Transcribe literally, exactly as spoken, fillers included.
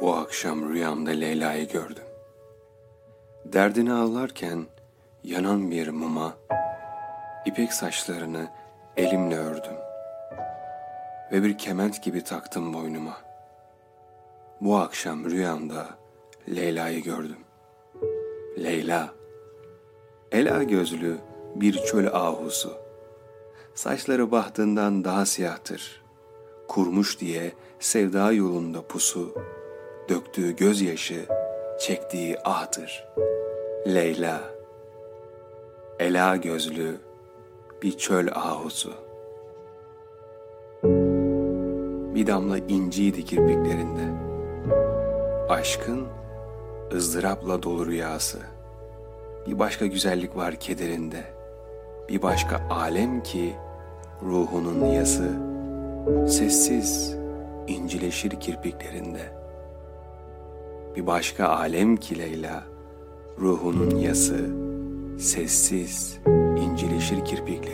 Bu akşam rüyamda Leyla'yı gördüm. Derdini ağlarken yanan bir muma, ipek saçlarını elimle ördüm ve bir kement gibi taktım boynuma. Bu akşam rüyamda Leyla'yı gördüm. Leyla, ela gözlü bir çöl ahusu, saçları bahtından daha siyahtır, kurmuş diye sevda yolunda pusu, döktüğü gözyaşı, çektiği ahdır. Leyla, ela gözlü bir çöl ahusu. Bir damla inciydi kirpiklerinde, aşkın ızdırapla dolu rüyası. Bir başka güzellik var kederinde, bir başka alem ki ruhunun yası, sessiz incileşir kirpiklerinde. Bir başka alem ki Leyla, ruhunun yası, sessiz incileşir kirpiklerinde.